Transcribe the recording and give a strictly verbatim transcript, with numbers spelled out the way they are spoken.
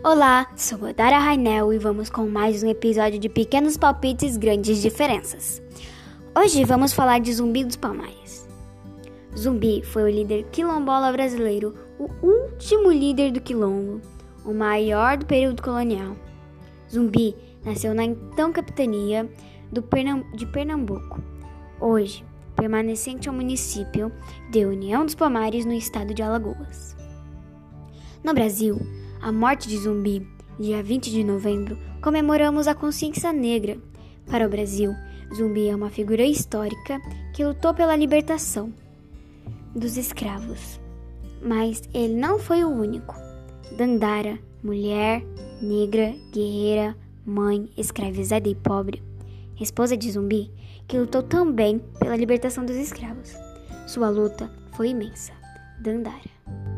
Olá, sou a Dara Rainel e vamos com mais um episódio de Pequenos Palpites, Grandes Diferenças. Hoje vamos falar de Zumbi dos Palmares. Zumbi foi o líder quilombola brasileiro, o último líder do quilombo, o maior do período colonial. Zumbi nasceu na então capitania do Pernam- de Pernambuco, hoje permanecente ao município de União dos Palmares, no estado de Alagoas. No Brasil, a morte de Zumbi, dia vinte de novembro, comemoramos a consciência negra. Para o Brasil, Zumbi é uma figura histórica que lutou pela libertação dos escravos. Mas ele não foi o único. Dandara, mulher, negra, guerreira, mãe, escravizada e pobre, esposa de Zumbi, que lutou também pela libertação dos escravos. Sua luta foi imensa. Dandara.